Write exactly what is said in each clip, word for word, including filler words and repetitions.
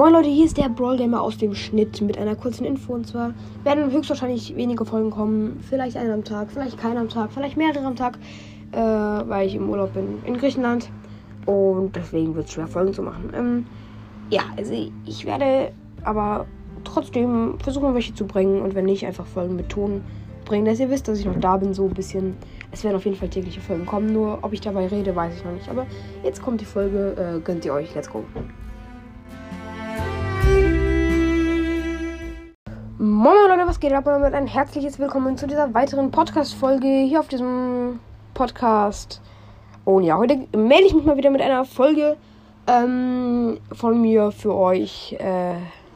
Moin Leute, hier ist der Brawl Gamer aus dem Schnitt mit einer kurzen Info. Und zwar werden höchstwahrscheinlich wenige Folgen kommen. Vielleicht eine am Tag, vielleicht keine am Tag, vielleicht mehrere am Tag. Äh, weil ich im Urlaub bin in Griechenland. Und deswegen wird es schwer, Folgen zu machen. Ähm, ja, also ich werde aber trotzdem versuchen, welche zu bringen. Und wenn nicht, einfach Folgen mit Ton bringen. Dass ihr wisst, dass ich noch da bin, so ein bisschen. Es werden auf jeden Fall tägliche Folgen kommen. Nur ob ich dabei rede, weiß ich noch nicht. Aber jetzt kommt die Folge. Äh, gönnt ihr euch. Let's go. Moin Leute, was geht ab? Und damit ein herzliches Willkommen zu dieser weiteren Podcast-Folge hier auf diesem Podcast. Und ja, heute melde ich mich mal wieder mit einer Folge ähm, von mir für euch. Äh,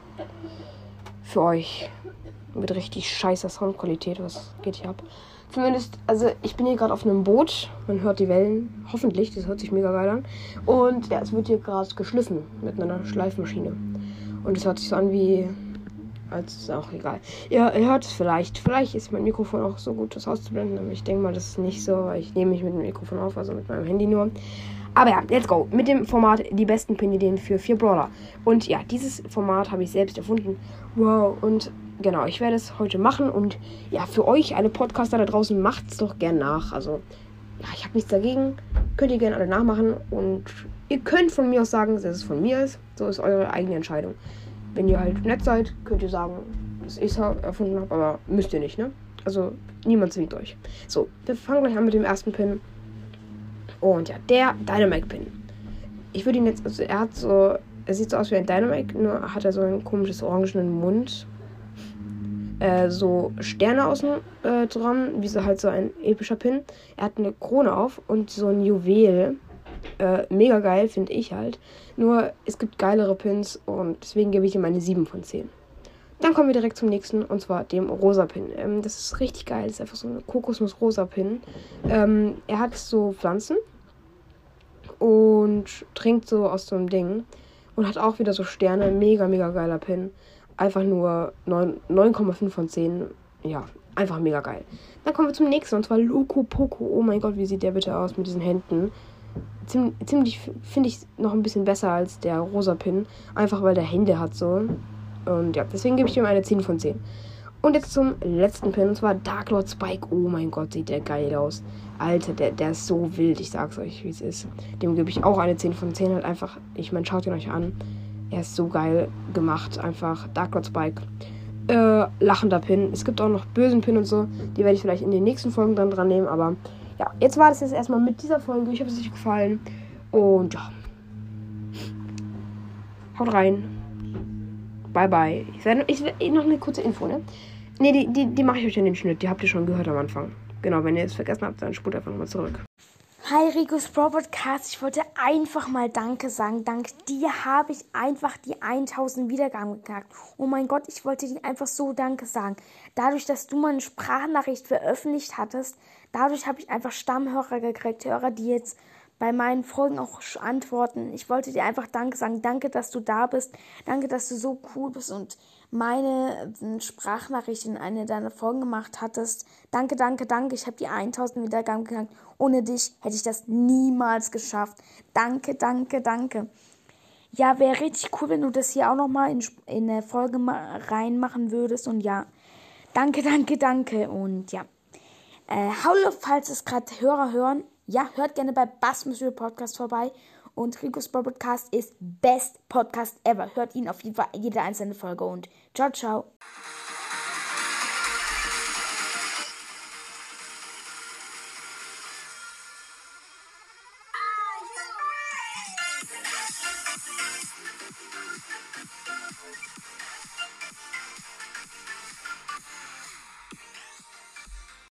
für euch. Mit richtig scheißer Soundqualität. Was geht hier ab? Zumindest, also ich bin hier gerade auf einem Boot. Man hört die Wellen. Hoffentlich, das hört sich mega geil an. Und ja, es wird hier gerade geschliffen mit einer Schleifmaschine. Und es hört sich so an wie... als ist auch egal. Ihr, ihr hört es vielleicht. Vielleicht ist mein Mikrofon auch so gut, das auszublenden. Aber ich denke mal, das ist nicht so, weil ich nehme mich mit dem Mikrofon auf, also mit meinem Handy nur. Aber ja, let's go. Mit dem Format die besten Pin-Ideen für vier Brawler. Und ja, dieses Format habe ich selbst erfunden. Wow. Und genau, ich werde es heute machen. Und ja, für euch, alle Podcaster da draußen, macht's doch gern nach. Also, ja, ich habe nichts dagegen. Könnt ihr gerne alle nachmachen. Und ihr könnt von mir aus sagen, dass es von mir ist. So ist eure eigene Entscheidung. Wenn ihr halt nett seid, könnt ihr sagen, dass ich es erfunden habe, aber müsst ihr nicht, ne? Also, niemand zwingt euch. So, wir fangen gleich an mit dem ersten Pin. Und ja, der Dynamite-Pin. Ich würde ihn jetzt, also er hat so, er sieht so aus wie ein Dynamite, nur hat er so ein komisches orangenen Mund. Äh, so Sterne außen äh, dran, wie so halt so ein epischer Pin. Er hat eine Krone auf und so ein Juwel. Äh, mega geil, finde ich halt. Nur, es gibt geilere Pins und deswegen gebe ich ihm eine sieben von zehn. Dann kommen wir direkt zum nächsten, und zwar dem Rosa-Pin. Ähm, das ist richtig geil. Das ist einfach so ein Kokosnuss-Rosa-Pin. Ähm, er hat so Pflanzen und trinkt so aus so einem Ding. Und hat auch wieder so Sterne. Mega, mega geiler Pin. Einfach nur neun Komma fünf von zehn. Ja, einfach mega geil. Dann kommen wir zum nächsten, und zwar Loco Poco. Oh mein Gott, wie sieht der bitte aus mit diesen Händen? Ziemlich, ziemlich finde ich noch ein bisschen besser als der rosa Pin. Einfach weil der Hände hat so. Und ja, deswegen gebe ich ihm eine zehn von zehn. Und jetzt zum letzten Pin, und zwar Dark Lord Spike. Oh mein Gott, sieht der geil aus. Alter, der, der ist so wild. Ich sag's euch, wie es ist. Dem gebe ich auch eine zehn von zehn. Halt einfach, ich meine, schaut ihn euch an. Er ist so geil gemacht. Einfach Dark Lord Spike. Äh, lachender Pin. Es gibt auch noch bösen Pin und so. Die werde ich vielleicht in den nächsten Folgen dann dran nehmen, aber... ja, jetzt war das jetzt erstmal mit dieser Folge. Ich hoffe, es hat euch gefallen. Und ja. Haut rein. Bye, bye. Ich werde ich werd, noch eine kurze Info, ne? Ne, die, die, die mache ich euch in den Schnitt. Die habt ihr schon gehört am Anfang. Genau, wenn ihr es vergessen habt, dann spult einfach nochmal zurück. Hi Rico's Brawl Podcast, ich wollte einfach mal Danke sagen. Dank dir habe ich einfach die tausend Wiedergaben geknackt. Oh mein Gott, ich wollte dir einfach so Danke sagen. Dadurch, dass du meine Sprachnachricht veröffentlicht hattest, dadurch habe ich einfach Stammhörer gekriegt. Hörer, die jetzt bei meinen Folgen auch antworten. Ich wollte dir einfach Danke sagen. Danke, dass du da bist. Danke, dass du so cool bist und meine Sprachnachricht in eine deiner Folgen gemacht hattest. Danke, danke, danke. Ich habe die tausend Wiedergaben geknackt. Ohne dich hätte ich das niemals geschafft. Danke, danke, danke. Ja, wäre richtig cool, wenn du das hier auch nochmal in, in eine Folge reinmachen würdest. Und ja, danke, danke, danke. Und ja, äh, hallo, falls es gerade Hörer hören. Ja, hört gerne bei Bass Mystery Podcast vorbei. Und Rico's Brawl Podcast ist Best Podcast ever. Hört ihn auf jeden Fall jede einzelne Folge. Und ciao, ciao.